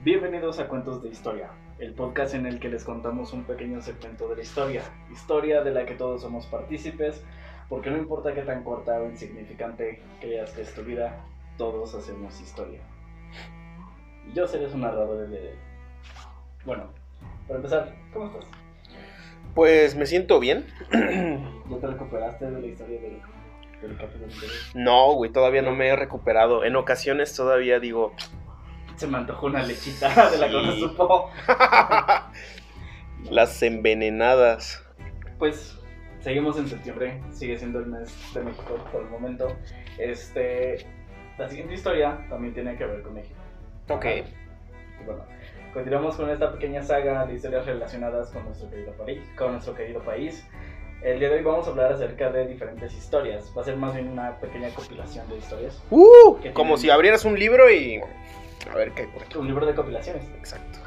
Bienvenidos a Cuentos de Historia, el podcast en el que les contamos un pequeño segmento de la historia de la que todos somos partícipes, porque no importa qué tan corta o insignificante creas que es tu vida, todos hacemos historia. Y yo seré su narrador de... Bueno, para empezar, ¿cómo estás? Pues me siento bien. ¿Ya te recuperaste de la historia del capítulo anterior? No, güey, todavía no me he recuperado. En ocasiones todavía digo... Se me antojó una lechita de la que no supo. Las envenenadas. Pues seguimos en septiembre, sigue siendo el mes de México por el momento. La siguiente historia también tiene que ver con México. Ok. Y bueno, continuamos con esta pequeña saga de historias relacionadas con nuestro querido país. El día de hoy vamos a hablar acerca de diferentes historias. Va a ser más bien una pequeña compilación de historias. Como si abrieras un libro y... A ver qué hay por aquí. Un libro de compilaciones. Exacto.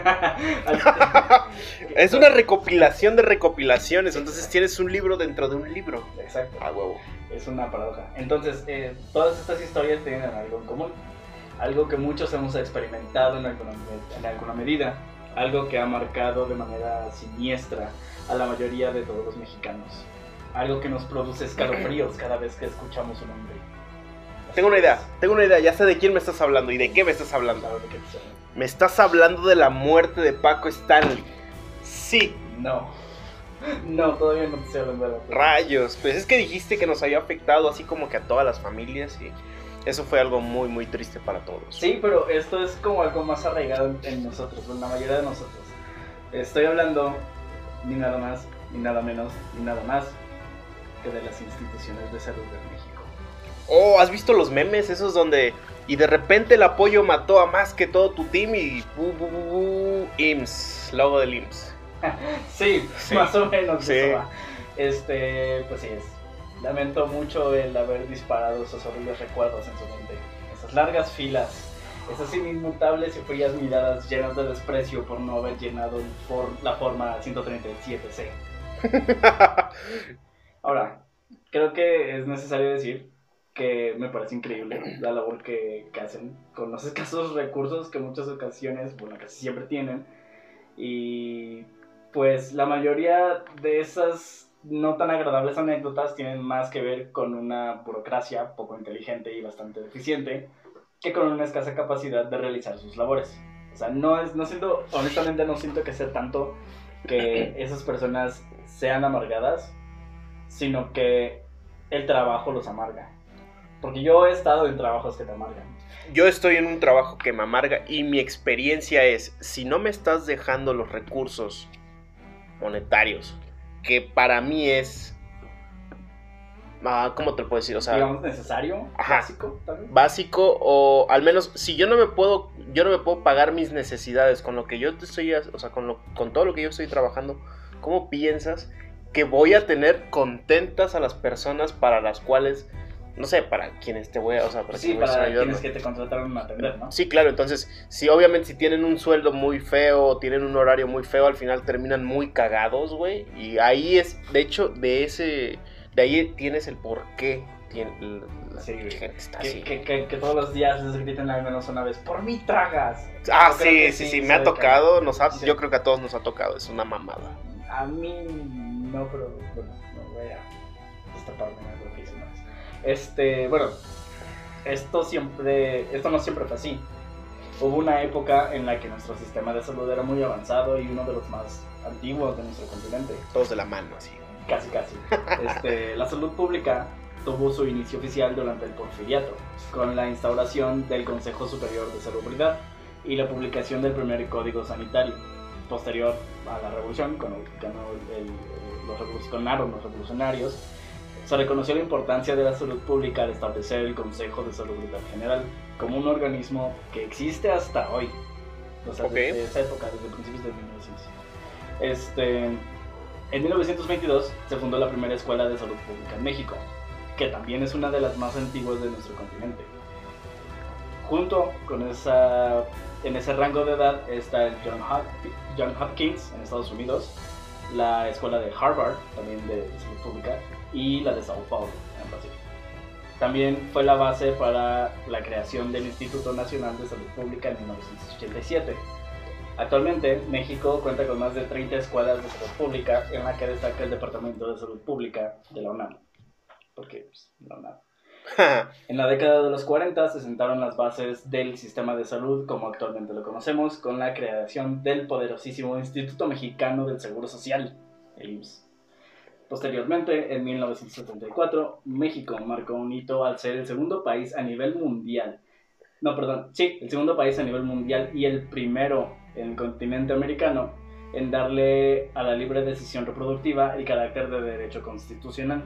Es una recopilación de recopilaciones. Entonces tienes un libro dentro de un libro. Exacto. Ah, huevo. Es una paradoja. Entonces, todas estas historias tienen algo en común. Algo que muchos hemos experimentado en alguna medida. Algo que ha marcado de manera siniestra a la mayoría de todos los mexicanos. Algo que nos produce escalofríos cada vez que escuchamos su nombre. Tengo una idea, ya sé de quién me estás hablando y de qué me estás hablando. Claro, ¿de qué te estoy hablando? Me estás hablando de la muerte de Paco Stanley. Sí. No, todavía no te estoy hablando de la muerte. Rayos, pues es que dijiste que nos había afectado así como que a todas las familias y eso fue algo muy muy triste para todos. Sí, pero esto es como algo más arraigado en nosotros, en la mayoría de nosotros. Estoy hablando ni nada más, ni nada menos, ni nada más que de las instituciones de salud de México. Oh, ¿has visto los memes esos donde y de repente el apoyo mató a más que todo tu team y IMSS, logo del IMSS? Sí, más o menos sí. Eso va. Pues sí es. Lamento mucho el haber disparado esos horribles recuerdos en su mente. Esas largas filas, esas inmutables y frías miradas llenas de desprecio por no haber llenado la forma 137C. Ahora, creo que es necesario decir que me parece increíble la labor que hacen con los escasos recursos que en muchas ocasiones, bueno, casi siempre tienen. Y pues la mayoría de esas no tan agradables anécdotas tienen más que ver con una burocracia poco inteligente y bastante deficiente que con una escasa capacidad de realizar sus labores. O sea, honestamente no siento que sea tanto que esas personas sean amargadas, sino que el trabajo los amarga. Porque yo he estado en trabajos que te amargan. Yo estoy en un trabajo que me amarga y mi experiencia es, si no me estás dejando los recursos monetarios, que para mí es, ¿cómo te lo puedo decir? O sea, digamos necesario, ajá, básico, tal vez. Básico, o al menos si yo no me puedo pagar mis necesidades con lo que yo te estoy, o sea, con todo lo que yo estoy trabajando, ¿cómo piensas que voy a tener contentas a las personas para las cuales, no sé, para quienes te voy a, o sea, para, sí, para quienes que te contrataron a atender, ¿no? Sí, claro, entonces, obviamente si tienen un sueldo muy feo, tienen un horario muy feo, al final terminan muy cagados, güey, y ahí es, de hecho, de ahí tienes el por qué sí, gente está que, así. que todos los días les griten al menos una vez, ¡por mí tragas! Ah, Yo sí, me ha tocado, sí. Yo creo que a todos nos ha tocado, es una mamada. A mí no, pero bueno, no voy a destaparme en lo que hice una vez. Bueno, esto no siempre fue así. Hubo una época en la que nuestro sistema de salud era muy avanzado y uno de los más antiguos de nuestro continente. Todos de la mano, así. Casi. La salud pública tuvo su inicio oficial durante el Porfiriato, con la instauración del Consejo Superior de Salubridad y la publicación del primer Código Sanitario. Posterior a la revolución, cuando ganaron los revolucionarios, se reconoció la importancia de la salud pública al establecer el Consejo de Salubridad General como un organismo que existe hasta hoy, o sea, okay, desde esa época, desde principios de 1900. En 1922 se fundó la primera escuela de salud pública en México, que también es una de las más antiguas de nuestro continente. Junto con en ese rango de edad está el John Hopkins en Estados Unidos, la escuela de Harvard, también de salud pública, y la de Sao Paulo en Brasil. También fue la base para la creación del Instituto Nacional de Salud Pública en 1987. Actualmente, México cuenta con más de 30 escuelas de salud pública, en la que destaca el Departamento de Salud Pública de la UNAM. Porque, pues, la UNAM. En la década de los 40 se sentaron las bases del sistema de salud como actualmente lo conocemos, con la creación del poderosísimo Instituto Mexicano del Seguro Social, el IMSS. Posteriormente, en 1974, México marcó un hito al ser el segundo país a nivel mundial. El segundo país a nivel mundial y el primero en el continente americano en darle a la libre decisión reproductiva el carácter de derecho constitucional.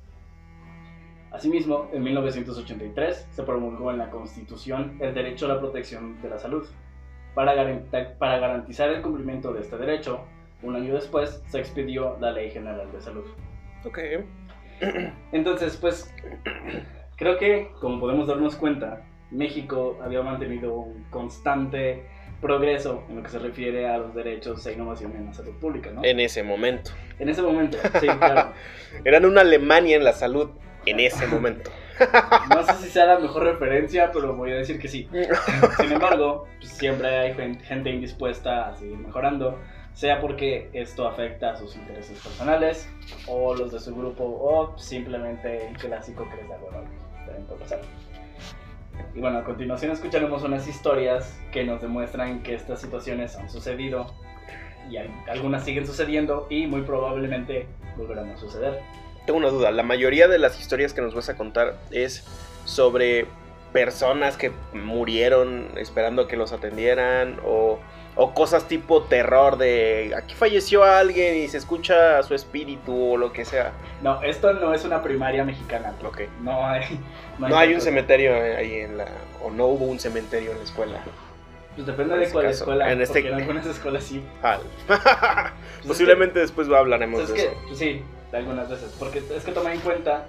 Asimismo, en 1983 se promulgó en la Constitución el derecho a la protección de la salud. Para garantizar el cumplimiento de este derecho, un año después se expidió la Ley General de Salud. Ok. Entonces, pues, creo que, como podemos darnos cuenta, México había mantenido un constante progreso en lo que se refiere a los derechos e innovación en la salud pública, ¿no? En ese momento. En ese momento, sí, claro. Eran una Alemania en la salud en ese momento. No sé si sea la mejor referencia, pero voy a decir que sí. Sin embargo, pues, siempre hay gente indispuesta a seguir mejorando, sea porque esto afecta a sus intereses personales, o los de su grupo, o simplemente el clásico que les da hueva. También puede pasar. Y bueno, a continuación escucharemos unas historias que nos demuestran que estas situaciones han sucedido y algunas siguen sucediendo y muy probablemente volverán a suceder. Tengo una duda, la mayoría de las historias que nos vas a contar es sobre personas que murieron esperando que los atendieran o cosas tipo terror de aquí falleció alguien y se escucha su espíritu o lo que sea. No, esto no es una primaria mexicana. Ok. No hay un cementerio ahí o no hubo un cementerio en la escuela. Pues depende de cuál escuela, en porque en algunas escuelas sí. Posiblemente después hablaremos de eso. Pues sí, algunas veces, porque es que toma en cuenta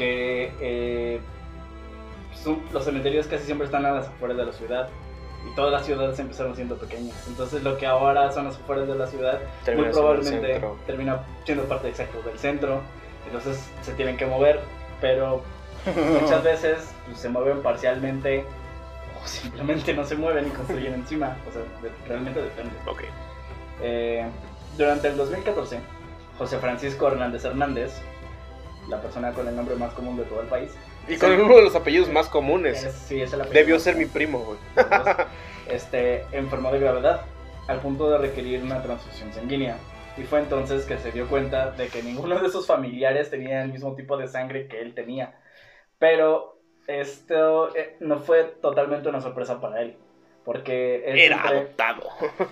que los cementerios casi siempre están a las afueras de la ciudad y todas las ciudades empezaron siendo pequeñas, entonces lo que ahora son las afueras de la ciudad muy probablemente termina siendo parte exacta del centro, entonces se tienen que mover, pero muchas veces pues, se mueven parcialmente o simplemente no se mueven y construyen encima, o sea, realmente depende. Ok. Durante el 2014, José Francisco Hernández Hernández, la persona con el nombre más común de todo el país, y con uno de los apellidos más comunes. Sí, es el apellido. Debió ser mi primo, güey. Enfermó de gravedad al punto de requerir una transfusión sanguínea. Y fue entonces que se dio cuenta de que ninguno de sus familiares tenía el mismo tipo de sangre que él tenía. Pero esto no fue totalmente una sorpresa para él. Porque él era adoptado.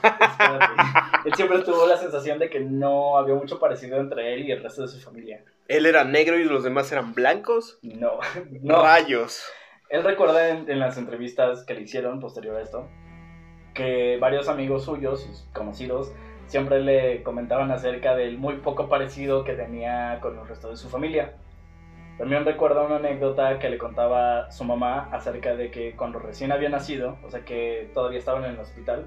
Él siempre tuvo la sensación de que no había mucho parecido entre él y el resto de su familia. ¿Él era negro y los demás eran blancos? No. Rayos. Él recuerda en las entrevistas que le hicieron posterior a esto que varios amigos suyos, sus conocidos, siempre le comentaban acerca del muy poco parecido que tenía con el resto de su familia. También recuerda una anécdota que le contaba su mamá acerca de que cuando recién había nacido, o sea que todavía estaban en el hospital,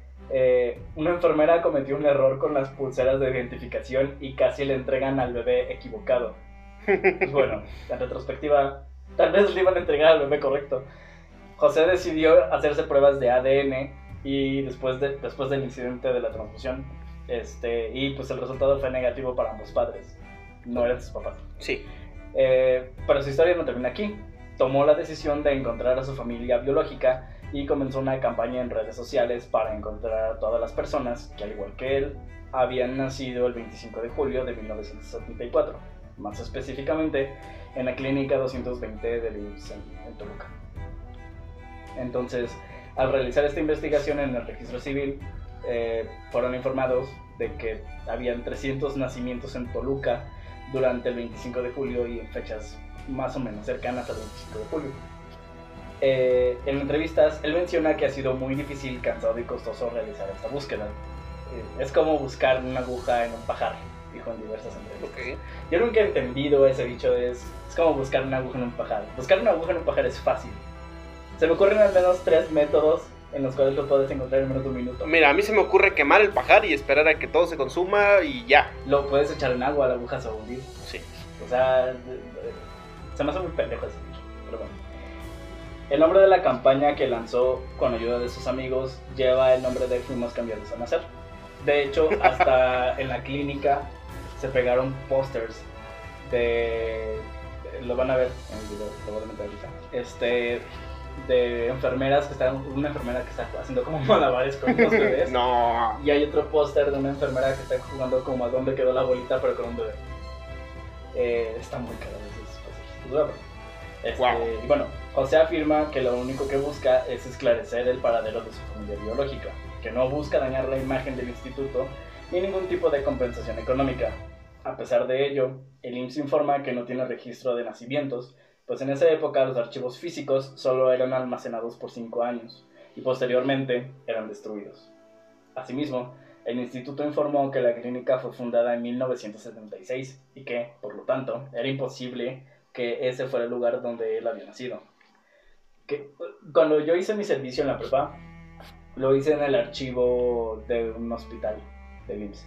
una enfermera cometió un error con las pulseras de identificación y casi le entregan al bebé equivocado. Pues bueno, en retrospectiva, tal vez le iban a entregar al bebé correcto. José decidió hacerse pruebas de ADN y después del incidente de la transfusión, y pues el resultado fue negativo para ambos padres. No eran sus papás. Sí. Pero su historia no termina aquí. Tomó la decisión de encontrar a su familia biológica y comenzó una campaña en redes sociales para encontrar a todas las personas que, al igual que él, habían nacido el 25 de julio de 1974, más específicamente en la clínica 220 del IMSS en Toluca. Entonces, al realizar esta investigación en el registro civil, fueron informados de que habían 300 nacimientos en Toluca durante el 25 de julio y en fechas más o menos cercanas al 25 de julio. En entrevistas, él menciona que ha sido muy difícil, cansado y costoso realizar esta búsqueda. Es como buscar una aguja en un pajar, dijo en diversas entrevistas. Okay. Yo nunca he entendido ese dicho, es como buscar una aguja en un pajar. Buscar una aguja en un pajar es fácil. Se me ocurren al menos 3 métodos en los cuales lo puedes encontrar en menos de un minuto. Mira, a mí se me ocurre quemar el pajar y esperar a que todo se consuma y ya. Lo puedes echar en agua, la aguja se va a hundir. Sí. O sea, se me hace muy pendejo ese dicho. pero bueno. El nombre de la campaña que lanzó con ayuda de sus amigos lleva el nombre de Fuimos Cambiados a Nacer. De hecho, hasta en la clínica se pegaron pósters lo van a ver en el video, probablemente ahorita, de enfermeras que están, una enfermera que está haciendo como malabares con unos bebés. No. Y hay otro póster de una enfermera que está jugando como a dónde quedó la bolita, pero con un bebé. Está muy caro esos pósters. Wow. Y bueno, José afirma que lo único que busca es esclarecer el paradero de su familia biológica, que no busca dañar la imagen del instituto ni ningún tipo de compensación económica. A pesar de ello, el IMSS informa que no tiene registro de nacimientos, pues en esa época los archivos físicos solo eran almacenados por 5 años y posteriormente eran destruidos. Asimismo, el instituto informó que la clínica fue fundada en 1976 y que, por lo tanto, era imposible que ese fuera el lugar donde él había nacido. Cuando yo hice mi servicio en la prepa, lo hice en el archivo de un hospital del IMSS.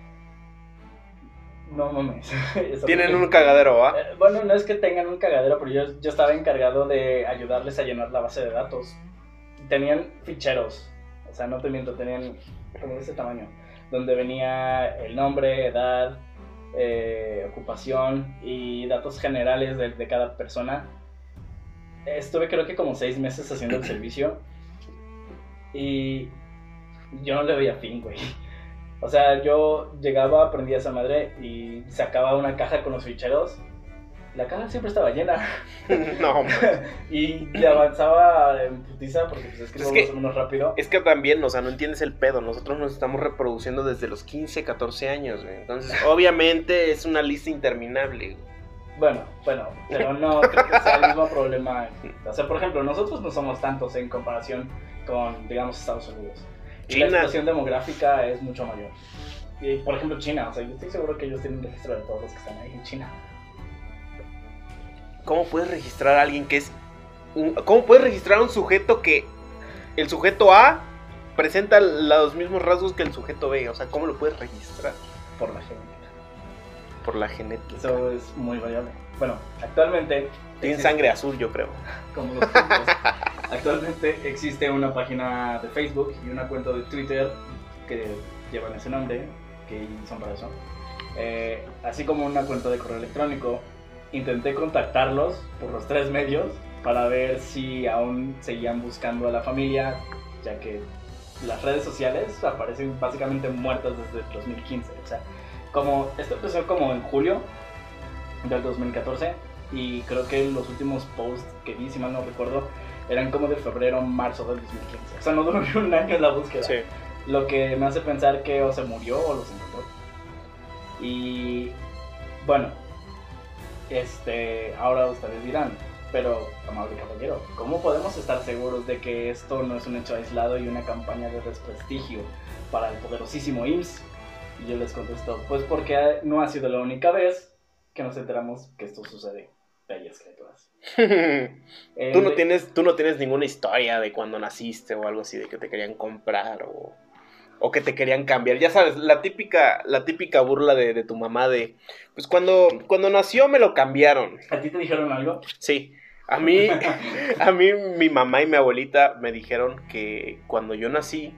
No mames. Tienen un cagadero, ¿va? Bueno, no es que tengan un cagadero, pero yo estaba encargado de ayudarles a llenar la base de datos. Tenían ficheros, o sea, no te miento, tenían como de ese tamaño, donde venía el nombre, edad, ocupación y datos generales de cada persona. Estuve creo que como 6 meses haciendo el servicio y yo no le veía fin, güey. O sea, yo llegaba, prendía esa madre y sacaba una caja con los ficheros. La caja siempre estaba llena. No, y le avanzaba en putiza porque pues es que es menos rápido. Es que también, o sea, no entiendes el pedo. Nosotros nos estamos reproduciendo desde los 15, 14 años, güey. Entonces, obviamente es una lista interminable. Bueno, pero no creo que sea el mismo problema. O sea, por ejemplo, nosotros no somos tantos en comparación con, digamos, Estados Unidos. Y la explosión demográfica es mucho mayor. Y, por ejemplo, China, o sea, yo estoy seguro que ellos tienen un registro de todos los que están ahí en China. ¿Cómo puedes registrar a alguien que es... ¿Cómo puedes registrar a un sujeto que el sujeto A presenta los mismos rasgos que el sujeto B? O sea, ¿cómo lo puedes registrar? Por la genética. Por la genética. Eso es muy variable. Bueno, actualmente... Tienen sangre azul, yo creo. Como los puntos. Actualmente existe una página de Facebook y una cuenta de Twitter que llevan ese nombre, que son para eso. Así como una cuenta de correo electrónico. Intenté contactarlos por los 3 medios para ver si aún seguían buscando a la familia, ya que las redes sociales aparecen básicamente muertas desde el 2015. O sea, como esto empezó como en julio del 2014 y creo que los últimos posts que vi, si mal no recuerdo, eran como de febrero, marzo del 2015. O sea, no duró ni un año la búsqueda. Sí. Lo que me hace pensar que o se murió o los encontró. Y bueno, ahora ustedes dirán, pero amable caballero, ¿cómo podemos estar seguros de que esto no es un hecho aislado y una campaña de desprestigio para el poderosísimo IMSS? Y yo les contesto, pues porque no ha sido la única vez que nos enteramos que esto sucede. Bellas criaturas. Tú no tienes ninguna historia de cuando naciste o algo así, de que te querían comprar o que te querían cambiar. Ya sabes, la típica burla de tu mamá de, pues cuando nació me lo cambiaron. ¿A ti te dijeron algo? Sí. A mí mi mamá y mi abuelita me dijeron que cuando yo nací,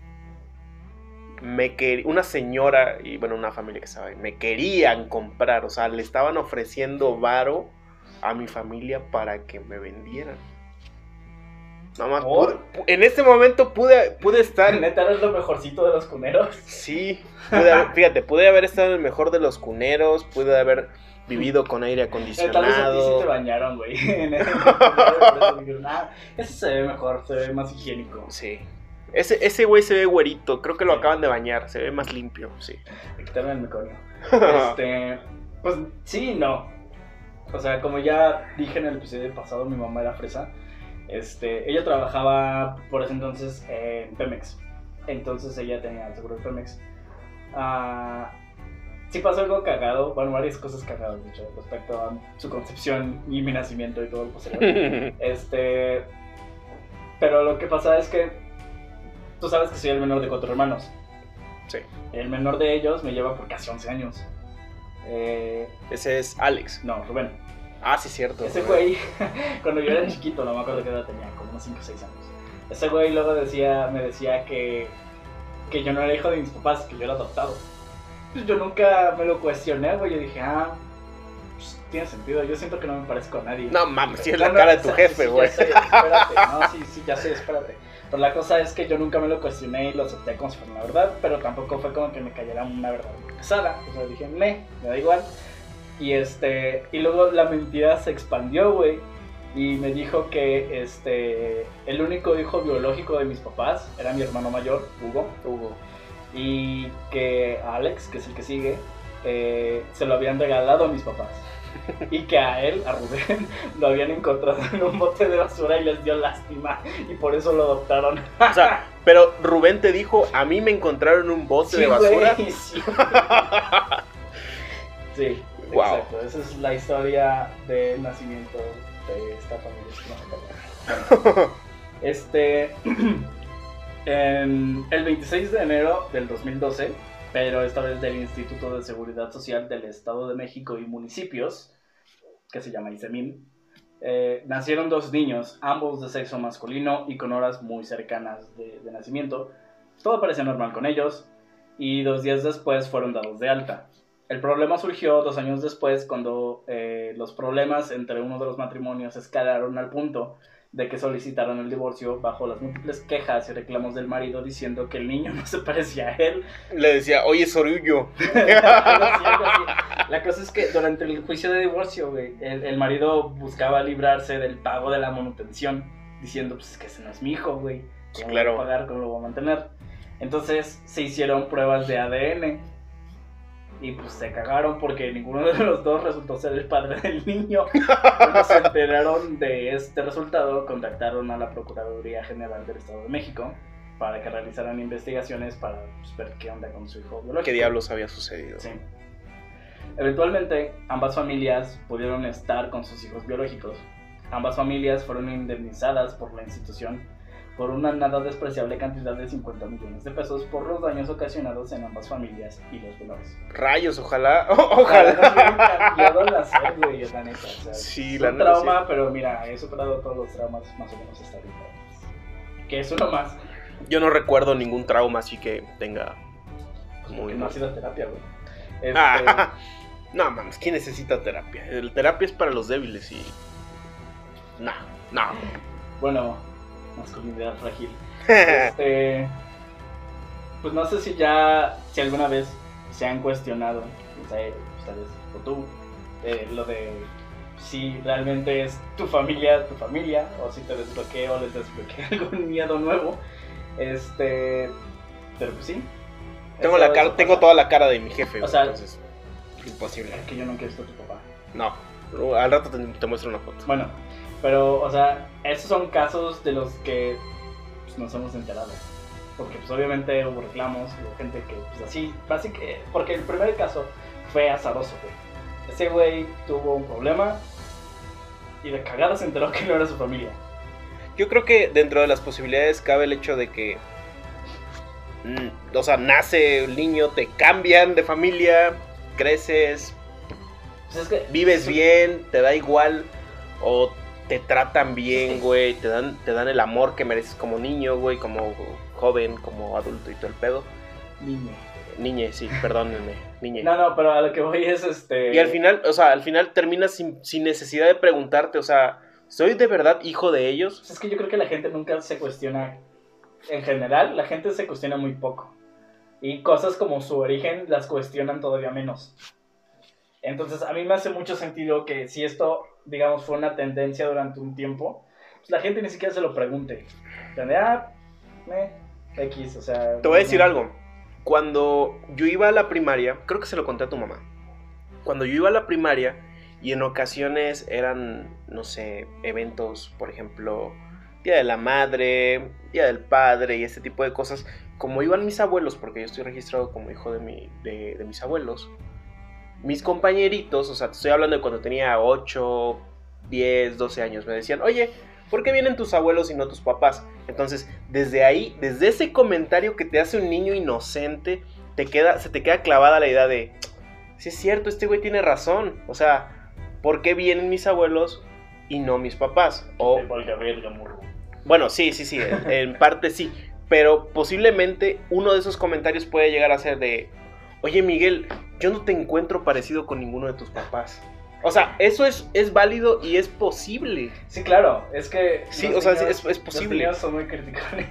una señora y bueno, una familia que estaba ahí, me querían comprar, o sea, le estaban ofreciendo varo a mi familia para que me vendieran. Nada más en este momento pude estar... ¿Neta eres lo mejorcito de los cuneros? Sí, pude haber estado en el mejor de los cuneros, pude haber vivido con aire acondicionado. Tal vez a ti sí te bañaron, güey. Ese se ve mejor, se ve más higiénico. Sí. Ese güey se ve güerito, creo que lo acaban de bañar, se ve más limpio, sí. Le quitaron el meconio. Pues sí y no. O sea, como ya dije en el episodio pasado, mi mamá era fresa. Ella trabajaba por ese entonces en Pemex. Entonces ella tenía el seguro de Pemex. Sí pasó algo cagado, bueno, varias cosas cagadas, de hecho, respecto a su concepción y mi nacimiento y todo lo posterior. Pero lo que pasa es que tú sabes que soy el menor de 4 hermanos. Sí. El menor de ellos me lleva por casi 11 años. Ese es Alex. No, Rubén. Ah, sí, cierto. Ese güey, cuando yo era chiquito, no me acuerdo qué edad tenía, como unos 5 o 6 años. Ese güey luego me decía que yo no era hijo de mis papás, que yo era adoptado. Pues yo nunca me lo cuestioné, güey. Yo dije, pues tiene sentido. Yo siento que no me parezco a nadie. No mames, sí es la cara de tu jefe, güey. Sí, espérate. No, sí, ya sé, espérate. Pero la cosa es que yo nunca me lo cuestioné y lo acepté como si fuera una verdad, pero tampoco fue como que me cayera una verdad muy pesada. O sea, dije, me da igual. Y luego la mentira se expandió, güey. Y me dijo que el único hijo biológico de mis papás era mi hermano mayor, Hugo. Y que a Alex, que es el que sigue, se lo habían regalado a mis papás. Y que a él, a Rubén, lo habían encontrado en un bote de basura y les dio lástima. Y por eso lo adoptaron. O sea, pero Rubén te dijo, a mí me encontraron en un bote de basura. Güey, sí. Sí, wow. Exacto. Esa es la historia del nacimiento de esta familia. En el 26 de enero del 2012, pero esta vez del Instituto de Seguridad Social del Estado de México y Municipios, que se llama ISEMIN, nacieron 2 niños, ambos de sexo masculino y con horas muy cercanas de nacimiento. Todo parecía normal con ellos y 2 días después fueron dados de alta. El problema surgió 2 años después cuando los problemas entre uno de los matrimonios escalaron al punto de que solicitaron el divorcio bajo las múltiples quejas y reclamos del marido diciendo que el niño no se parecía a él. Le decía, oye, Sorullo. Algo así. La cosa es que durante el juicio de divorcio, güey, el marido buscaba librarse del pago de la manutención, diciendo, pues es que ese no es mi hijo, güey. Sí, ¿Cómo claro. lo voy a pagar? ¿Cómo lo voy a mantener? Entonces se hicieron pruebas de ADN. Y pues se cagaron porque ninguno de los dos resultó ser el padre del niño. Cuando se enteraron de este resultado, contactaron a la Procuraduría General del Estado de México para que realizaran investigaciones para pues, ver qué onda con su hijo biológico. ¿Qué diablos había sucedido? Sí. Eventualmente, ambas familias pudieron estar con sus hijos biológicos. Ambas familias fueron indemnizadas por la institución por una nada despreciable cantidad de 50 millones de pesos por los daños ocasionados en ambas familias y los menores. Rayos, ojalá. Ojalá. Cambiado la serie, güey, la neta. O sea, Sí, es la un neta, trauma, sí. pero mira, he superado todos los traumas más o menos hasta ahorita. Que es uno más. Yo no recuerdo ningún trauma así que tenga muy... Que no ha sido terapia, güey. No, mames, ¿quién necesita terapia? El terapia es para los débiles y... No. Bueno, masculinidad frágil. Pues no sé si alguna vez se han cuestionado, no sé, ustedes o tú, lo de si realmente es tu familia, o si te desbloquea o les desbloquea algún miedo nuevo. Pero pues sí. Tengo toda la cara de mi jefe, o sea, entonces imposible. Es que yo nunca he visto a tu papá. No, al rato te muestro una foto. Bueno, pero, o sea, esos son casos de los que pues, nos hemos enterado. Porque, pues, obviamente hubo reclamos, hubo gente que, pues, así, básicamente, porque el primer caso fue azaroso, güey. Ese güey tuvo un problema y de cagada se enteró que no era su familia. Yo creo que dentro de las posibilidades cabe el hecho de que, o sea, nace el niño, te cambian de familia, creces, Pues es que, vives bien, te da igual, o te tratan bien, güey, te dan el amor que mereces como niño, güey, como joven, como adulto y todo el pedo. Niñe, sí, perdónenme, niñe. No, pero a lo que voy es Y al final terminas sin necesidad de preguntarte, o sea, ¿soy de verdad hijo de ellos? Pues es que yo creo que la gente nunca se cuestiona. En general, la gente se cuestiona muy poco. Y cosas como su origen las cuestionan todavía menos. Entonces, a mí me hace mucho sentido que si esto, digamos, fue una tendencia durante un tiempo, pues la gente ni siquiera se lo pregunte. X, o sea... Te voy a decir algo. Cuando yo iba a la primaria, creo que se lo conté a tu mamá. Cuando yo iba a la primaria y en ocasiones eran, no sé, eventos, por ejemplo, Día de la Madre, Día del Padre y este tipo de cosas, como iban mis abuelos, porque yo estoy registrado como hijo de mis abuelos, mis compañeritos, o sea, te estoy hablando de cuando tenía 8, 10, 12 años, me decían, oye, ¿por qué vienen tus abuelos y no tus papás? Entonces, desde ahí, desde ese comentario que te hace un niño inocente, se te queda clavada la idea de, sí es cierto, este güey tiene razón, o sea, ¿por qué vienen mis abuelos y no mis papás? O, Valga verga, morro. bueno, sí, en parte sí, pero posiblemente uno de esos comentarios puede llegar a ser de, oye Miguel, yo no te encuentro parecido con ninguno de tus papás. O sea, eso es válido y es posible. Sí, claro, es que... Sí, o sea, es posible. Los niños son muy criticones.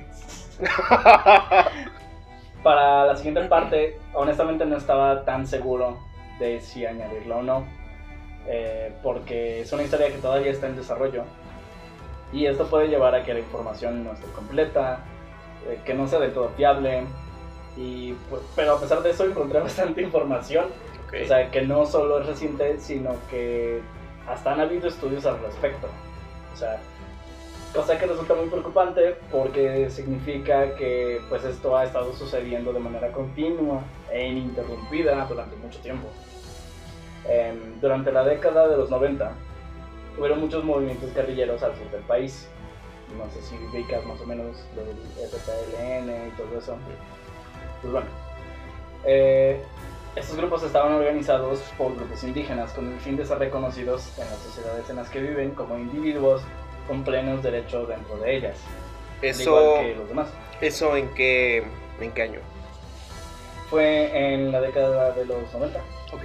Para la siguiente parte, honestamente no estaba tan seguro de si añadirlo o no, porque es una historia que todavía está en desarrollo y esto puede llevar a que la información no esté completa, que no sea del todo fiable, pero a pesar de eso encontré bastante información. Okay. O sea, que no solo es reciente, sino que hasta han habido estudios al respecto. O sea, cosa que resulta muy preocupante porque significa que pues esto ha estado sucediendo de manera continua e ininterrumpida durante mucho tiempo. Durante la década de los 90 hubieron muchos movimientos guerrilleros al sur del país. No sé si ubicas más o menos lo del FPLN y todo eso. Pues bueno, estos grupos estaban organizados por grupos indígenas con el fin de ser reconocidos en las sociedades en las que viven como individuos con plenos derechos dentro de ellas, eso, igual que los demás. ¿Eso en qué año? Fue en la década de los 90. Ok.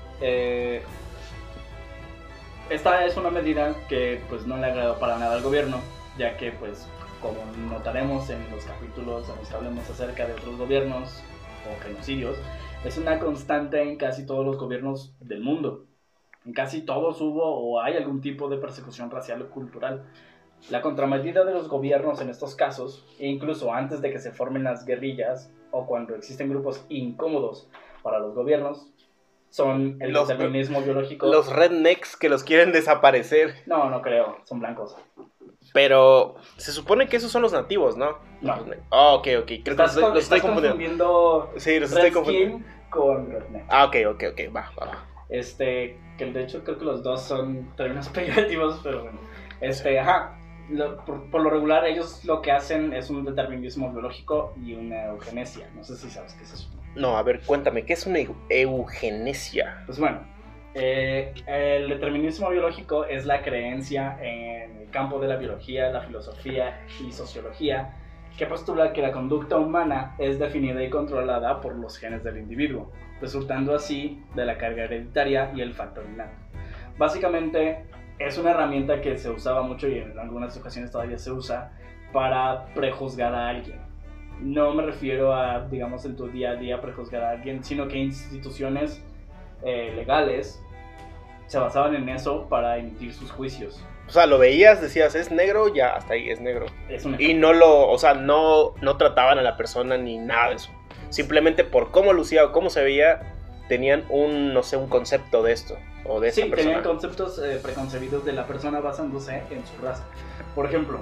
Esta es una medida que pues no le agradó para nada al gobierno, ya que pues como notaremos en los capítulos en los que hablemos acerca de otros gobiernos o genocidios, es una constante en casi todos los gobiernos del mundo. En casi todos hubo o hay algún tipo de persecución racial o cultural. La contramedida de los gobiernos en estos casos, e incluso antes de que se formen las guerrillas o cuando existen grupos incómodos para los gobiernos, son el determinismo biológico. Los rednecks que los quieren desaparecer. No creo, son blancos. Pero se supone que esos son los nativos, ¿no? No. Oh, ok. Creo que los estoy confundiendo. Sí, los estoy confundiendo con redneck. Ah, ok, va. Que de hecho creo que los dos son términos peyorativos, pero bueno. Por lo regular ellos lo que hacen es un determinismo biológico y una eugenesia. No sé si sabes qué es eso. No, a ver, cuéntame, ¿qué es una eugenesia? Pues bueno, el determinismo biológico es la creencia en el campo de la biología, la filosofía y sociología que postula que la conducta humana es definida y controlada por los genes del individuo, resultando así de la carga hereditaria y el factor innato. Básicamente es una herramienta que se usaba mucho y en algunas ocasiones todavía se usa para prejuzgar a alguien. No me refiero a, digamos, en tu día a día prejuzgar a alguien, sino que instituciones legales se basaban en eso para emitir sus juicios. O sea, lo veías, decías, es negro, ya, hasta ahí es negro. Y no trataban a la persona ni nada de eso. Simplemente por cómo lucía o cómo se veía, tenían un concepto de esto o de esa persona. Sí, tenían conceptos preconcebidos de la persona basándose en su raza. Por ejemplo,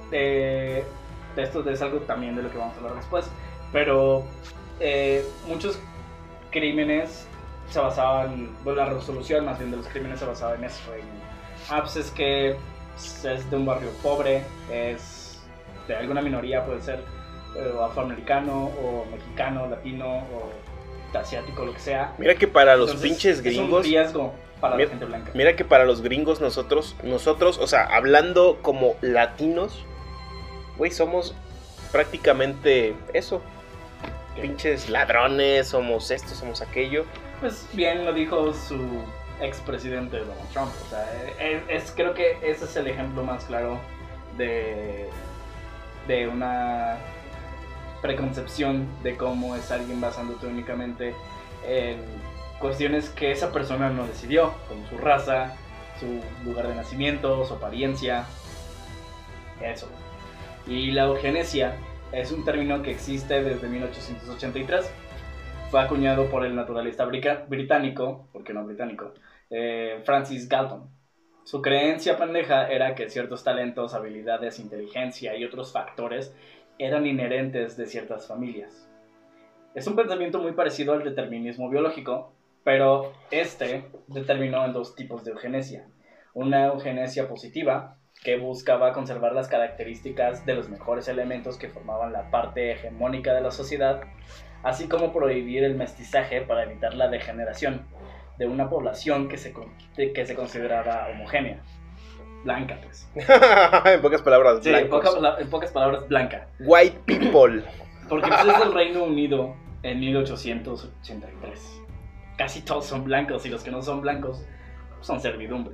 esto es algo también de lo que vamos a hablar después, pero muchos crímenes se basaban, la resolución más bien de los crímenes se basaba en eso, pues es que es de un barrio pobre, es de alguna minoría, puede ser afroamericano o mexicano, latino o asiático, lo que sea. Mira que para los pinches gringos es un riesgo para la gente blanca. Mira que para los gringos nosotros, o sea, hablando como latinos, güey, somos prácticamente eso. ¿Qué? Pinches ladrones, somos esto, somos aquello. Pues bien lo dijo su expresidente Donald Trump. O sea, creo que ese es el ejemplo más claro de una preconcepción de cómo es alguien basándote únicamente en cuestiones que esa persona no decidió, como su raza, su lugar de nacimiento, su apariencia, eso. Y la eugenesia es un término que existe desde 1883. Fue acuñado por el naturalista británico, ¿por qué no británico? Francis Galton. Su creencia pendeja era que ciertos talentos, habilidades, inteligencia y otros factores eran inherentes de ciertas familias. Es un pensamiento muy parecido al determinismo biológico, pero determinó en dos tipos de eugenesia. Una eugenesia positiva, que buscaba conservar las características de los mejores elementos que formaban la parte hegemónica de la sociedad, así como prohibir el mestizaje para evitar la degeneración. de una población que se consideraba homogénea, blanca, pues. En pocas palabras, Sí, en pocas palabras, blanca. White people. Porque pues, es el Reino Unido en 1883. Casi todos son blancos y los que no son blancos son servidumbre.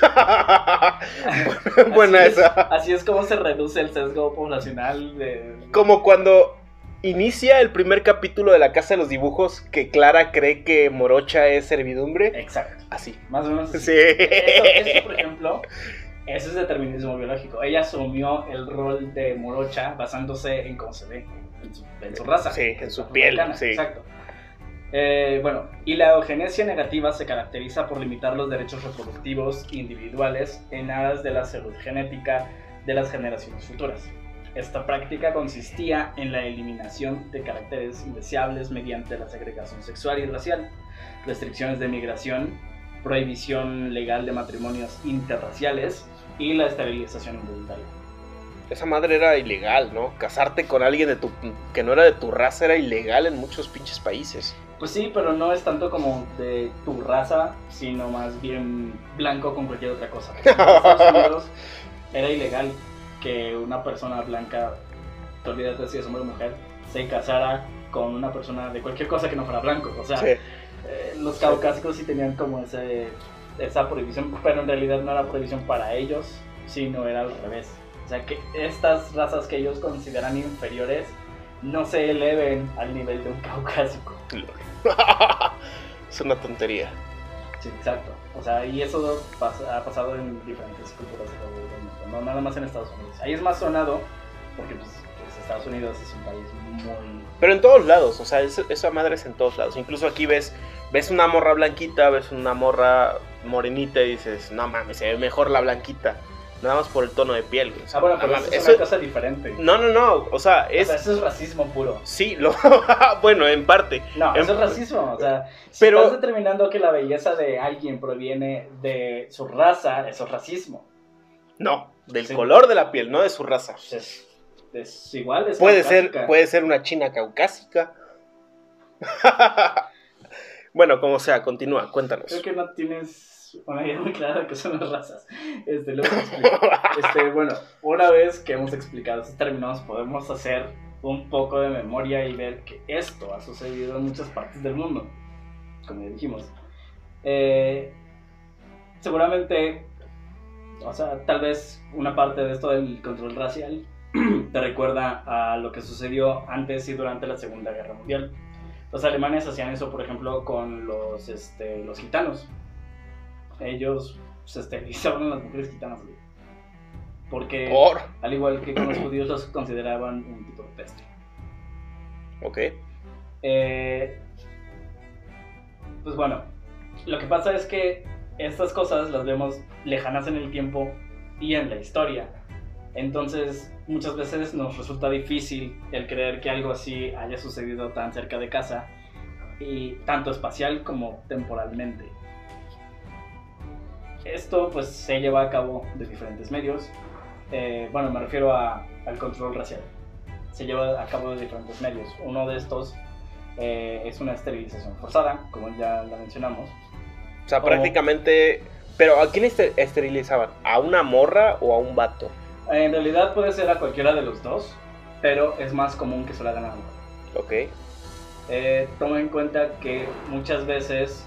Buena esa. Así es como se reduce el sesgo poblacional de... Como cuando inicia el primer capítulo de La Casa de los Dibujos, que Clara cree que Morocha es servidumbre. Exacto. Así. Más o menos así. Sí. Eso, por ejemplo, eso es determinismo biológico. Ella asumió el rol de Morocha basándose en cómo se ve, en su raza. Sí, en su piel. Sí. Exacto. Bueno, y la eugenesia negativa se caracteriza por limitar los derechos reproductivos individuales en aras de la salud genética de las generaciones futuras. Esta práctica consistía en la eliminación de caracteres indeseables mediante la segregación sexual y racial, restricciones de migración, prohibición legal de matrimonios interraciales y la esterilización involuntaria. Esa madre era ilegal, ¿no? Casarte con alguien que no era de tu raza era ilegal en muchos pinches países. Pues sí, pero no es tanto como de tu raza, sino más bien blanco con cualquier otra cosa. En Estados Unidos era ilegal que una persona blanca, te olvídate si es hombre o mujer, se casara con una persona de cualquier cosa que no fuera blanco. O sea, Sí. Los caucásicos sí tenían como esa prohibición, pero en realidad no era prohibición para ellos, sino era al revés. O sea, que estas razas que ellos consideran inferiores no se eleven al nivel de un caucásico. Es una tontería. Sí, exacto. O sea, y eso ha pasado en diferentes culturas de todo el mundo, no nada más en Estados Unidos. Ahí es más sonado porque pues, Estados Unidos es un país muy... Pero en todos lados, o sea, esa madre es en todos lados. Incluso aquí ves una morra blanquita, ves una morra morenita y dices, no mames, se ve mejor la blanquita. Nada más por el tono de piel. O sea, bueno, pero eso es una cosa diferente. No, o sea, eso es racismo puro. Sí, bueno, en parte. No, eso es racismo, o sea, si pero... estás determinando que la belleza de alguien proviene de su raza, eso es racismo. No, del color de la piel, no de su raza. Es igual, es puede ser una china caucásica. Bueno, como sea, continúa, cuéntanos. Creo que no tienes una idea muy clara de qué son las razas. Luego te explico. Bueno, una vez que hemos explicado estos términos, podemos hacer un poco de memoria y ver que esto ha sucedido en muchas partes del mundo, como ya dijimos. Seguramente, o sea, tal vez una parte de esto del control racial te recuerda a lo que sucedió antes y durante la Segunda Guerra Mundial. Los alemanes hacían eso, por ejemplo, con los gitanos. Ellos se esterilizaban a las mujeres gitanas, porque al igual que con los judíos los consideraban un tipo de peste. Ok. Pues bueno, lo que pasa es que estas cosas las vemos lejanas en el tiempo y en la historia. Entonces muchas veces nos resulta difícil el creer que algo así haya sucedido tan cerca de casa, y tanto espacial como temporalmente. Esto pues se lleva a cabo de diferentes medios. Bueno, me refiero al control racial. Se lleva a cabo de diferentes medios. Uno de estos es una esterilización forzada, como ya la mencionamos. O sea, prácticamente... ¿Pero a quién esterilizaban? ¿A una morra o a un vato? En realidad puede ser a cualquiera de los dos, pero es más común que se la hagan a una mujer. Ok. Toma en cuenta que muchas veces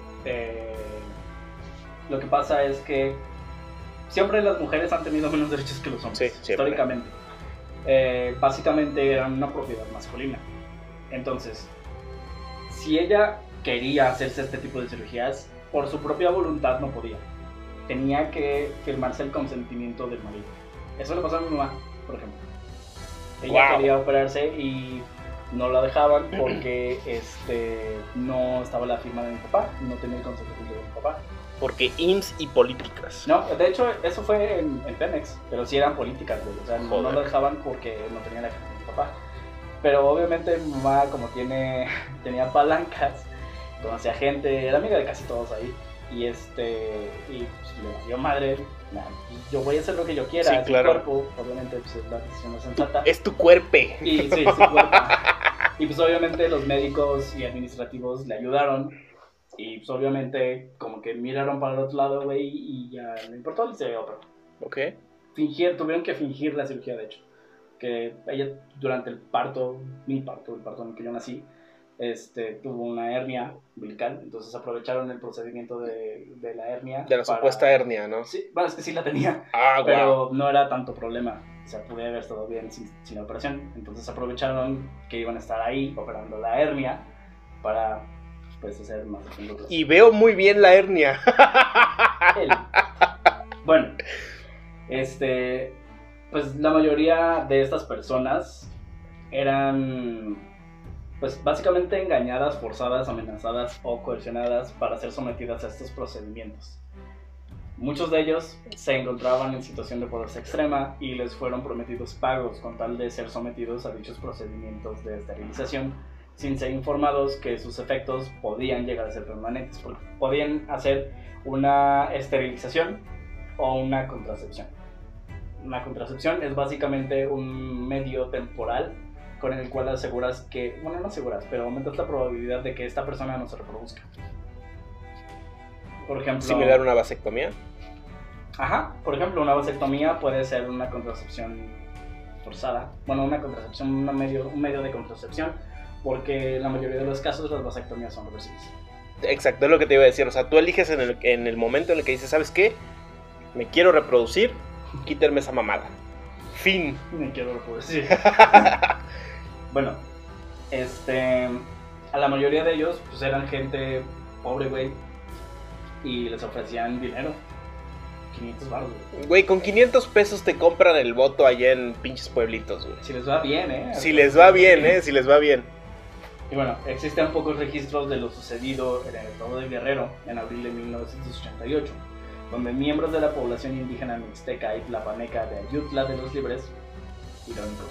lo que pasa es que siempre las mujeres han tenido menos derechos que los hombres, sí, históricamente. Básicamente eran una propiedad masculina. Entonces, si ella quería hacerse este tipo de cirugías, por su propia voluntad no podía. Tenía que firmarse el consentimiento del marido. Eso le pasó a mi mamá, por ejemplo. Ella quería operarse y no la dejaban porque no estaba la firma de mi papá, no tenía el consentimiento de mi papá. Porque IMSS y políticas. No, de hecho, eso fue en Pemex, pero sí eran políticas, güey. O sea, no lo dejaban porque no tenía la firma de mi papá. Pero obviamente mi mamá, como tenía palancas, conocía gente, era amiga de casi todos ahí. Y pues, le dio madre, yo voy a hacer lo que yo quiera, sí, es claro. mi cuerpo, obviamente pues, es la decisión más sensata. Es tu cuerpo. Y sí, su cuerpo. Y pues obviamente los médicos y administrativos le ayudaron Y pues obviamente como que miraron para el otro lado, güey, y ya no importó, y se operó. Ok. Tuvieron que fingir la cirugía, de hecho. Que ella durante el parto en el que yo nací, tuvo una hernia umbilical, entonces aprovecharon el procedimiento de la hernia. De la supuesta hernia, ¿no? Sí, bueno, es que sí la tenía, Ah, pero wow. no era tanto problema. O sea, pude haber estado bien sin la operación. Entonces aprovecharon que iban a estar ahí operando la hernia para, pues, hacer más efectivo. Y veo muy bien la hernia. Bueno, pues la mayoría de estas personas eran, pues, básicamente engañadas, forzadas, amenazadas o coercionadas para ser sometidas a estos procedimientos. Muchos de ellos se encontraban en situación de pobreza extrema y les fueron prometidos pagos con tal de ser sometidos a dichos procedimientos de esterilización, sin ser informados que sus efectos podían llegar a ser permanentes, porque podían hacer una esterilización o una contracepción. Una contracepción es básicamente un medio temporal con el cual aseguras que, bueno, no aseguras, pero aumentas la probabilidad de que esta persona no se reproduzca. Por ejemplo, similar a una vasectomía. Ajá, por ejemplo, una vasectomía puede ser una contracepción forzada. Bueno, una contracepción, un medio de contracepción, porque en la mayoría de los casos las vasectomías son reversibles. Exacto, es lo que te iba a decir. O sea, tú eliges en el momento en el que dices, ¿sabes qué? Me quiero reproducir, quítenme esa mamada. Fin. Me quiero reproducir. Bueno, a la mayoría de ellos, pues eran gente pobre, güey, y les ofrecían dinero. 500 baros, güey. Güey, con 500 pesos te compran el voto allá en pinches pueblitos, güey. Si les va bien, Si les va bien, si les va bien. Y bueno, existen pocos registros de lo sucedido en el estado de Guerrero en abril de 1988, donde miembros de la población indígena mixteca y tlapaneca de Ayutla de los Libres, irónico,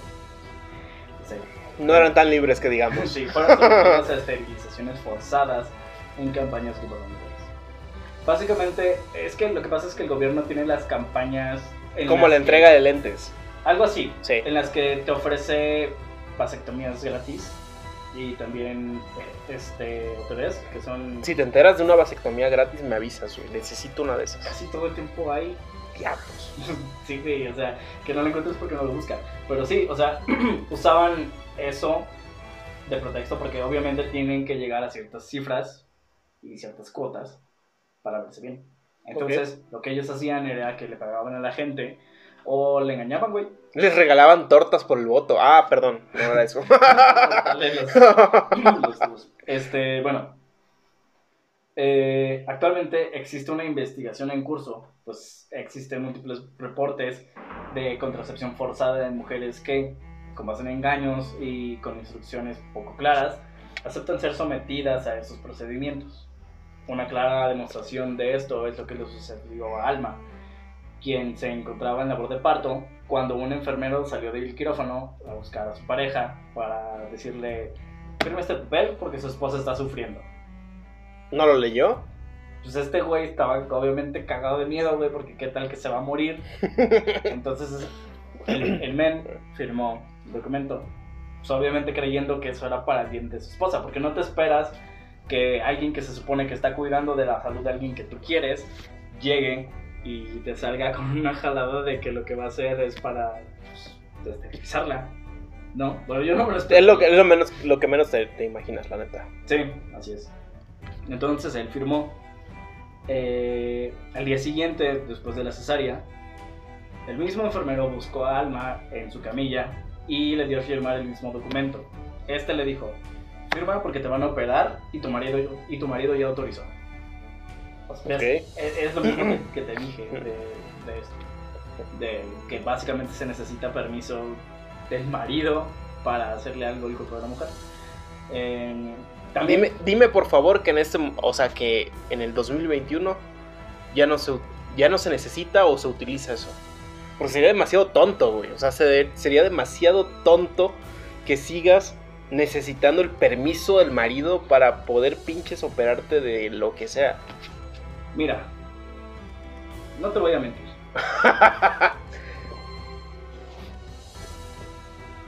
no eran tan libres que digamos. sí, fueron sometidos a esterilizaciones forzadas en campañas gubernamentales. Básicamente, es que lo que pasa es que el gobierno tiene las campañas... Como la entrega de lentes. Algo así, sí. En las que te ofrece vasectomías gratis y también OTDs, que son... Si te enteras de una vasectomía gratis, me avisas, güey. Necesito una de esas. Casi todo el tiempo hay... Diablos. Sí, güey, o sea, que no lo encuentres porque no lo buscan. Pero sí, o sea, usaban eso de pretexto porque obviamente tienen que llegar a ciertas cifras y ciertas cuotas para verse bien. Entonces, Lo que ellos hacían era que le pagaban a la gente o le engañaban, güey. Les regalaban tortas por el voto. Ah, perdón, no era eso. Bueno, actualmente existe una investigación en curso, pues existen múltiples reportes de contracepción forzada en mujeres que, con base en engaños y con instrucciones poco claras, aceptan ser sometidas a esos procedimientos. Una clara demostración de esto es lo que le sucedió a Alma, quien se encontraba en labor de parto cuando un enfermero salió del quirófano a buscar a su pareja para decirle: firme este papel porque su esposa está sufriendo. ¿No lo leyó? Pues este güey estaba obviamente cagado de miedo, güey, porque qué tal que se va a morir. Entonces el men firmó el documento, pues obviamente creyendo que eso era para el bien de su esposa, porque no te esperas que alguien que se supone que está cuidando de la salud de alguien que tú quieres llegue y te salga con una jalada de que lo que va a hacer es para, pues, esterilizarla. No, bueno, yo no me lo espero. Es lo que menos te imaginas, la neta. Sí, así es. Entonces él firmó. Al día siguiente, después de la cesárea, el mismo enfermero buscó a Alma en su camilla y le dio a firmar el mismo documento. Le dijo: firma porque te van a operar y tu marido ya autorizó. O sea, okay. es lo mismo que te dije de esto. De que básicamente se necesita permiso del marido para hacerle algo al cuerpo de la mujer. También... Dime por favor que que en el 2021 ya no se necesita o se utiliza eso. Porque sería demasiado tonto, güey. O sea, sería demasiado tonto que sigas necesitando el permiso del marido para poder pinches operarte de lo que sea. Mira, no te voy a mentir.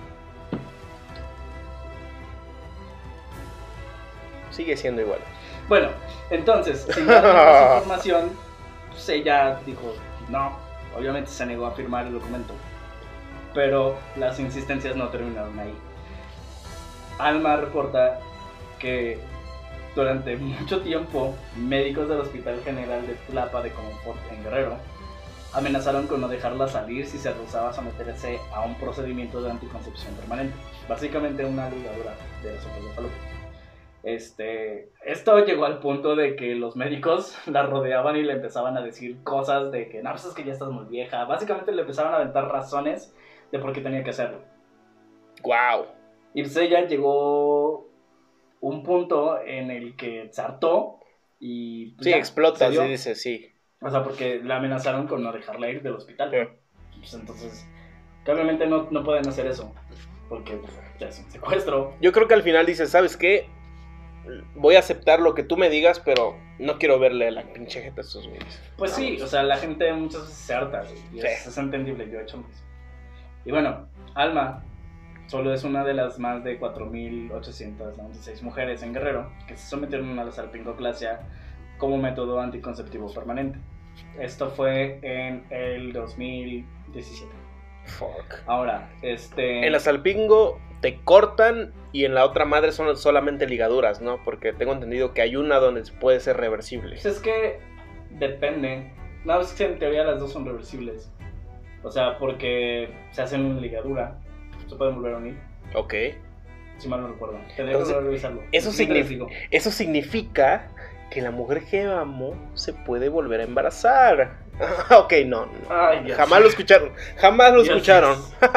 Sigue siendo igual. Bueno, entonces, sin dar más información, pues ella dijo no, obviamente se negó a firmar el documento. Pero las insistencias no terminaron ahí. Alma reporta que durante mucho tiempo médicos del Hospital General de Tlapa de Confort en Guerrero amenazaron con no dejarla salir si se rehusaba a someterse a un procedimiento de anticoncepción permanente, básicamente una ligadura de los ojos de Falopio. Esto llegó al punto de que los médicos la rodeaban y le empezaban a decir cosas de que no, pues es que ya estás muy vieja. Básicamente le empezaban a aventar razones de por qué tenía que hacerlo. Wow. Y pues ella llegó un punto en el que se hartó y pues sí, ya, explota, sí dice, sí. O sea, porque la amenazaron con no dejarla ir del hospital. Sí. Pues entonces, obviamente no pueden hacer eso, porque ya es un secuestro. Yo creo que al final dice, ¿sabes qué? Voy a aceptar lo que tú me digas, pero no quiero verle la pinche jeta a estos güeyes. Pues sí, o sea, la gente muchas veces se harta, y sí. es entendible, yo he hecho más. Y bueno, Alma solo es una de las más de 4.896 mujeres en Guerrero que se sometieron a la salpingoclasia como método anticonceptivo permanente. Esto fue en el 2017. Fuck. Ahora, En la salpingo te cortan y en la otra madre son solamente ligaduras, ¿no? Porque tengo entendido que hay una donde puede ser reversible. Pues es que depende. No, es que en teoría las dos son reversibles. O sea, porque se hacen una ligadura, se pueden volver a unir. Ok. Si mal no recuerdo. Tendría que revisarlo. Eso significa que la mujer que amo se puede volver a embarazar. Ok, no. Ay, jamás lo escucharon. Jamás lo escucharon.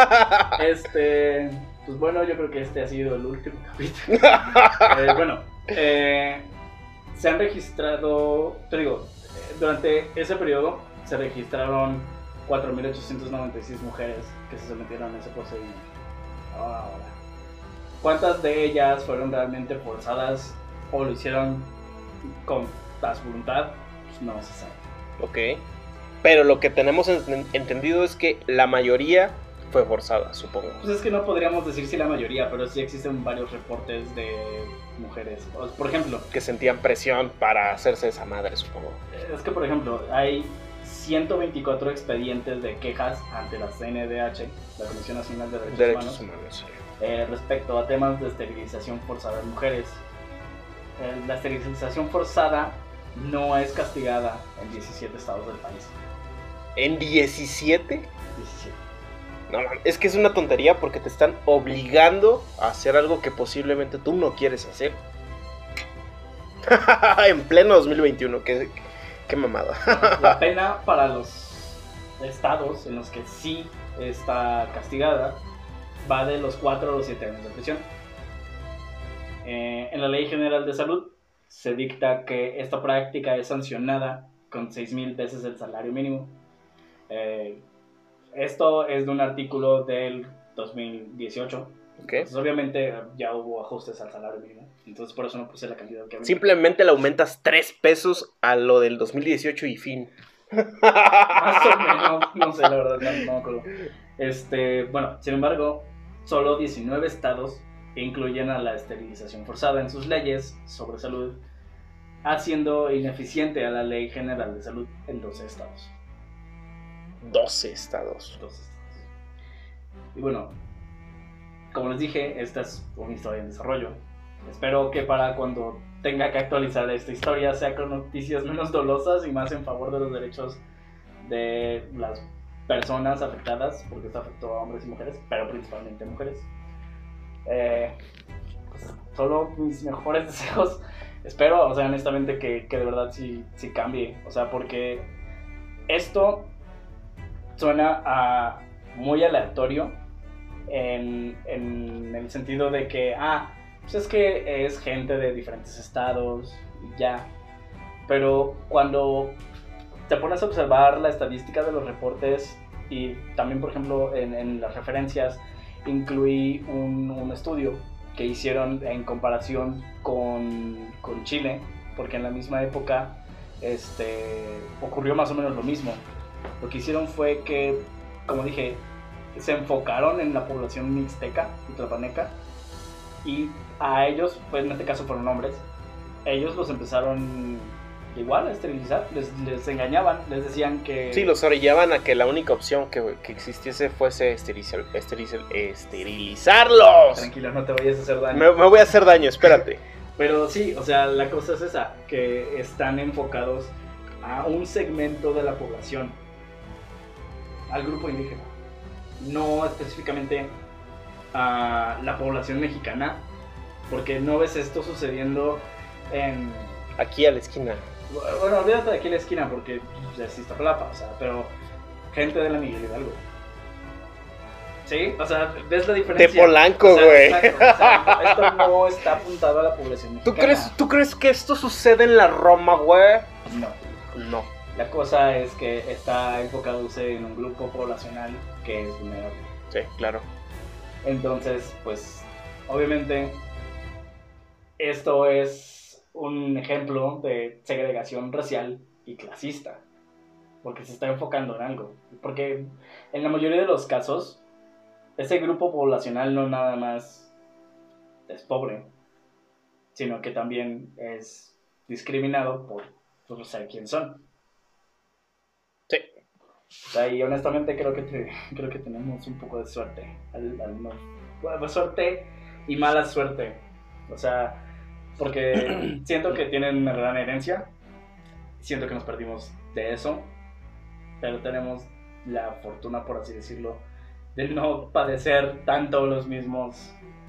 Pues bueno, yo creo que este ha sido el último capítulo. Se han registrado, te digo, durante ese periodo se registraron 4.896 mujeres que se sometieron a ese procedimiento. Ahora, ¿cuántas de ellas fueron realmente forzadas o lo hicieron con voluntad? Pues no se sabe. Ok. Pero lo que tenemos entendido es que la mayoría fue forzada, supongo. Pues es que no podríamos decir si la mayoría, pero sí existen varios reportes de mujeres. Por ejemplo, que sentían presión para hacerse esa madre, supongo. Es que, por ejemplo, hay 124 expedientes de quejas ante la CNDH, la Comisión Nacional de Derechos Humanos, sí. Respecto a temas de esterilización forzada en mujeres. La esterilización forzada no es castigada en 17 estados del país. ¿En 17? 17. No, es que es una tontería porque te están obligando a hacer algo que posiblemente tú no quieres hacer. En pleno 2021, qué mamada. La pena para los estados en los que sí está castigada va de los 4 a los 7 años de prisión. En la Ley General de Salud se dicta que esta práctica es sancionada con 6,000 veces el salario mínimo. Esto es de un artículo del 2018. Okay. Entonces, obviamente ya hubo ajustes al salario mínimo. Entonces por eso no puse la cantidad que había. Simplemente le aumentas 3 pesos a lo del 2018 y fin. Más o menos, no sé, la verdad, no me acuerdo. Bueno, sin embargo, solo 19 estados incluyen a la esterilización forzada en sus leyes sobre salud, haciendo ineficiente a la Ley General de Salud en 12 estados. 12 estados. Y bueno, como les dije, esta es una historia en desarrollo. Espero que para cuando tenga que actualizar esta historia sea con noticias menos dolosas y más en favor de los derechos de las personas afectadas, porque esto afectó a hombres y mujeres, pero principalmente mujeres. Pues, solo mis mejores deseos. Espero, o sea, honestamente que de verdad sí cambie. O sea, porque esto suena muy aleatorio en el sentido de que, pues es que es gente de diferentes estados y ya. Pero cuando te pones a observar la estadística de los reportes y también, por ejemplo, en las referencias, incluí un estudio que hicieron en comparación con Chile, porque en la misma época ocurrió más o menos lo mismo. Lo que hicieron fue que, como dije, se enfocaron en la población mixteca y tlapaneca, y a ellos, pues en este caso fueron hombres, ellos los empezaron igual a esterilizar, les engañaban, les decían que... Sí, los orillaban a que la única opción que existiese fuese esterilizarlos. Tranquilo, no te vayas a hacer daño. Me voy a hacer daño, espérate. Pero sí, o sea, la cosa es esa, que están enfocados a un segmento de la población, al grupo indígena, no específicamente a la población mexicana, porque no ves esto sucediendo en... Aquí a la esquina. Bueno, olvídate de aquí a la esquina, porque ya existe Iztapalapa, o sea, pero gente de la Miguel Hidalgo. ¿Sí? O sea, ¿ves la diferencia? De Polanco, güey. O sea, esto no está apuntado a la población mexicana. ¿Tú crees que esto sucede en la Roma, güey? No. La cosa es que está enfocado en un grupo poblacional que es vulnerable. Sí, claro. Entonces, pues, obviamente, esto es un ejemplo de segregación racial y clasista. Porque se está enfocando en algo. Porque en la mayoría de los casos, ese grupo poblacional no nada más es pobre, sino que también es discriminado por ser quien son. Sí. O sea, y honestamente creo que tenemos un poco de suerte. Suerte y mala suerte. O sea, porque siento que tienen una gran herencia. Siento que nos perdimos de eso. Pero tenemos la fortuna, por así decirlo, de no padecer tanto los mismos,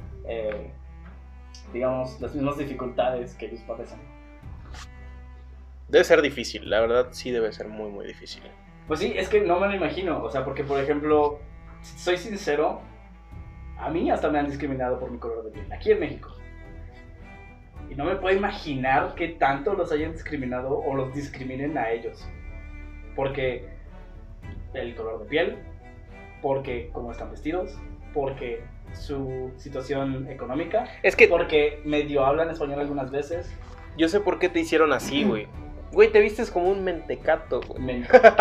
digamos, las mismas dificultades que ellos padecen. Debe ser difícil, la verdad sí debe ser muy, muy difícil. Pues sí, es que no me lo imagino, o sea, porque por ejemplo, si soy sincero, a mí hasta me han discriminado por mi color de piel, aquí en México. Y no me puedo imaginar que tanto los hayan discriminado o los discriminen a ellos. Porque el color de piel, porque cómo están vestidos, porque su situación económica, es que porque medio hablan español algunas veces. Yo sé por qué te hicieron así, güey. Güey, te vistes como un mentecato, güey.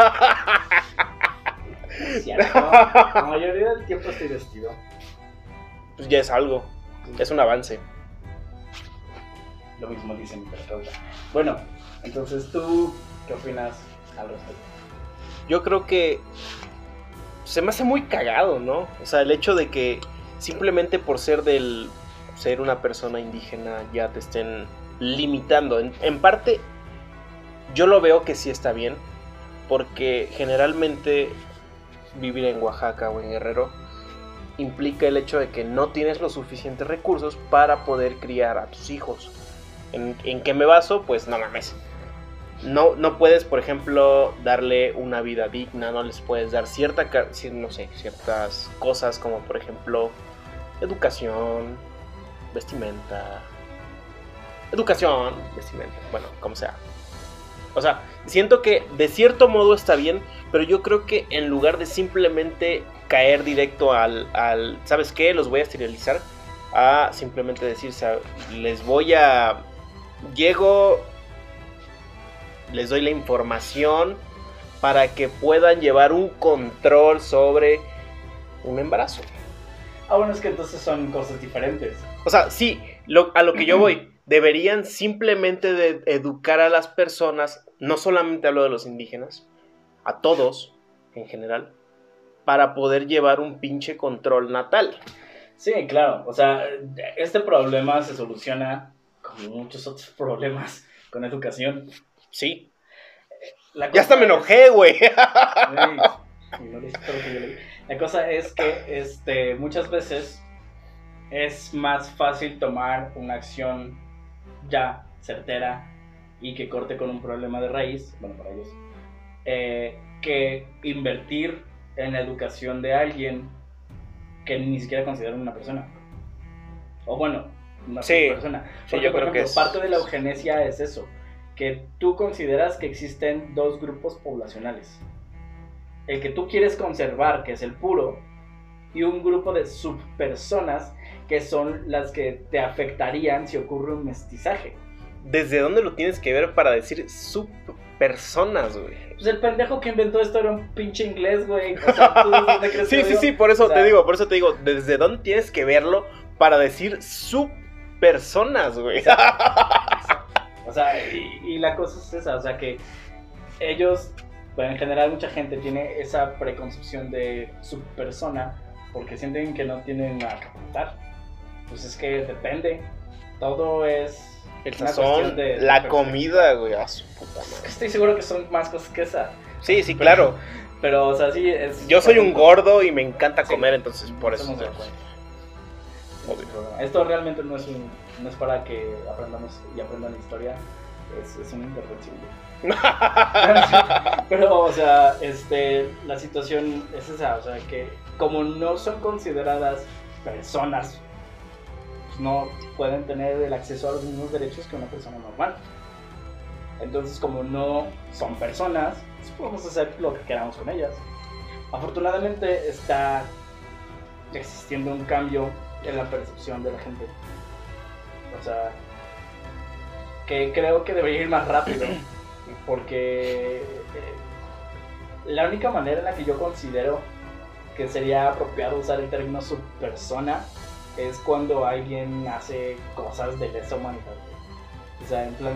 Cierto, la mayoría del tiempo estoy vestido. Pues ya es algo, es un avance. Lo mismo dice mi terapeuta. Bueno, entonces tú, ¿qué opinas al respecto? Yo creo que se me hace muy cagado, ¿no? O sea, el hecho de que simplemente por ser una persona indígena ya te estén limitando. En parte, yo lo veo que sí está bien, porque generalmente vivir en Oaxaca o en Guerrero implica el hecho de que no tienes los suficientes recursos para poder criar a tus hijos. ¿En qué me baso? Pues no mames. No puedes, por ejemplo, darle una vida digna, no les puedes dar ciertas cosas como, por ejemplo, educación, vestimenta, bueno, como sea. O sea, siento que de cierto modo está bien, pero yo creo que en lugar de simplemente caer directo al ¿sabes qué? Los voy a esterilizar, a simplemente decir, les doy la información para que puedan llevar un control sobre un embarazo. Ah, bueno, es que entonces son cosas diferentes. O sea, sí, a lo que yo voy, deberían simplemente de educar a las personas, no solamente hablo de los indígenas, a todos en general, para poder llevar un pinche control natal. Sí, claro, o sea, este problema se soluciona como muchos otros problemas con educación. Sí. Ya hasta me enojé, güey. La cosa es que muchas veces es más fácil tomar una acción ya certera y que corte con un problema de raíz, bueno, para ellos, que invertir en la educación de alguien que ni siquiera consideran una persona. O bueno, una persona. Porque, yo por creo ejemplo, que parte de la eugenesia es eso, que tú consideras que existen dos grupos poblacionales. El que tú quieres conservar, que es el puro, y un grupo de subpersonas, que son las que te afectarían si ocurre un mestizaje. ¿Desde dónde lo tienes que ver para decir subpersonas, güey? Pues el pendejo que inventó esto era un pinche inglés, güey. O sea, ¿tú dónde crees que sí, por eso te digo, ¿desde dónde tienes que verlo para decir subpersonas, güey? Exacto. sea, y la cosa es esa, o sea, que ellos, bueno, en general mucha gente tiene esa preconcepción de su persona porque sienten que no tienen nada que aportar. Pues es que depende, todo es El una sazón, cuestión de la perspectiva. comida, güey, a su puta madre. Estoy seguro que son más cosas que esa. Sí, sí, claro. Pero, o sea, sí es... Yo soy un gordo y me encanta Sí. comer, entonces por eso. Estamos de acuerdo. Obvio. Esto realmente no es para que aprendamos y aprendan historia, es una intervención. Pero, o sea, la situación es esa, o sea, que como no son consideradas personas, pues no pueden tener el acceso a los mismos derechos que una persona normal. Entonces, como no son personas, pues podemos hacer lo que queramos con ellas. Afortunadamente está existiendo un cambio en la percepción de la gente. O sea, que creo que debería ir más rápido. Porque la única manera en la que yo considero que sería apropiado usar el término subpersona es cuando alguien hace cosas de lesa humanidad. O sea, en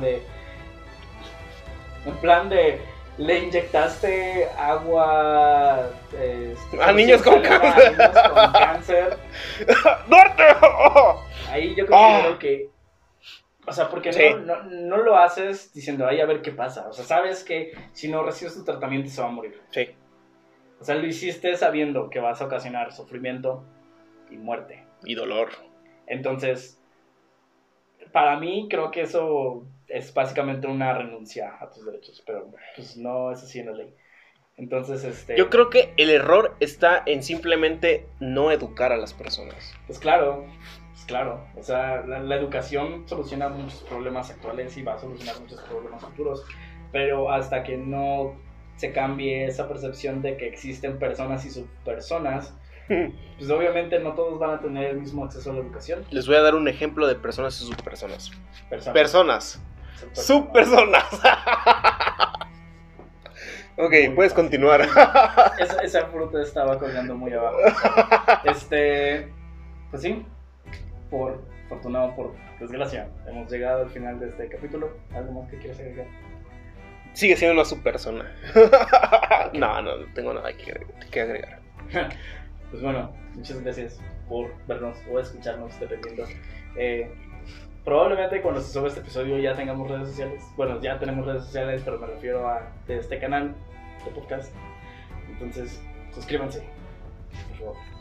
plan de le inyectaste agua a niños con cáncer. niños con cáncer. ¡Norte! Ahí yo considero que, o sea, porque Sí. no lo haces diciendo, ay, a ver qué pasa. O sea, sabes que si no recibes tu tratamiento se va a morir. Sí. O sea, lo hiciste sabiendo que vas a ocasionar sufrimiento y muerte. Y dolor. Entonces, para mí creo que eso es básicamente una renuncia a tus derechos, pero pues no es así en la ley. Entonces, Yo creo que el error está en simplemente no educar a las personas. Pues claro, o sea, la educación soluciona muchos problemas actuales y va a solucionar muchos problemas futuros, pero hasta que no se cambie esa percepción de que existen personas y subpersonas, pues obviamente no todos van a tener el mismo acceso a la educación. Les voy a dar un ejemplo de personas y subpersonas. Personas. Personas. Subpersonas. Ok, Muy puedes fácil. continuar. Esa fruta estaba colgando muy abajo. Pues sí, por fortuna o por desgracia, hemos llegado al final de este capítulo. ¿Algo más que quieras agregar? Sigue siendo una subpersona. No tengo nada que agregar. Pues bueno, muchas gracias por vernos o escucharnos, dependiendo. Probablemente cuando se sube este episodio ya tengamos redes sociales. Bueno, ya tenemos redes sociales, pero me refiero a de este canal de podcast. Entonces, suscríbanse, por favor.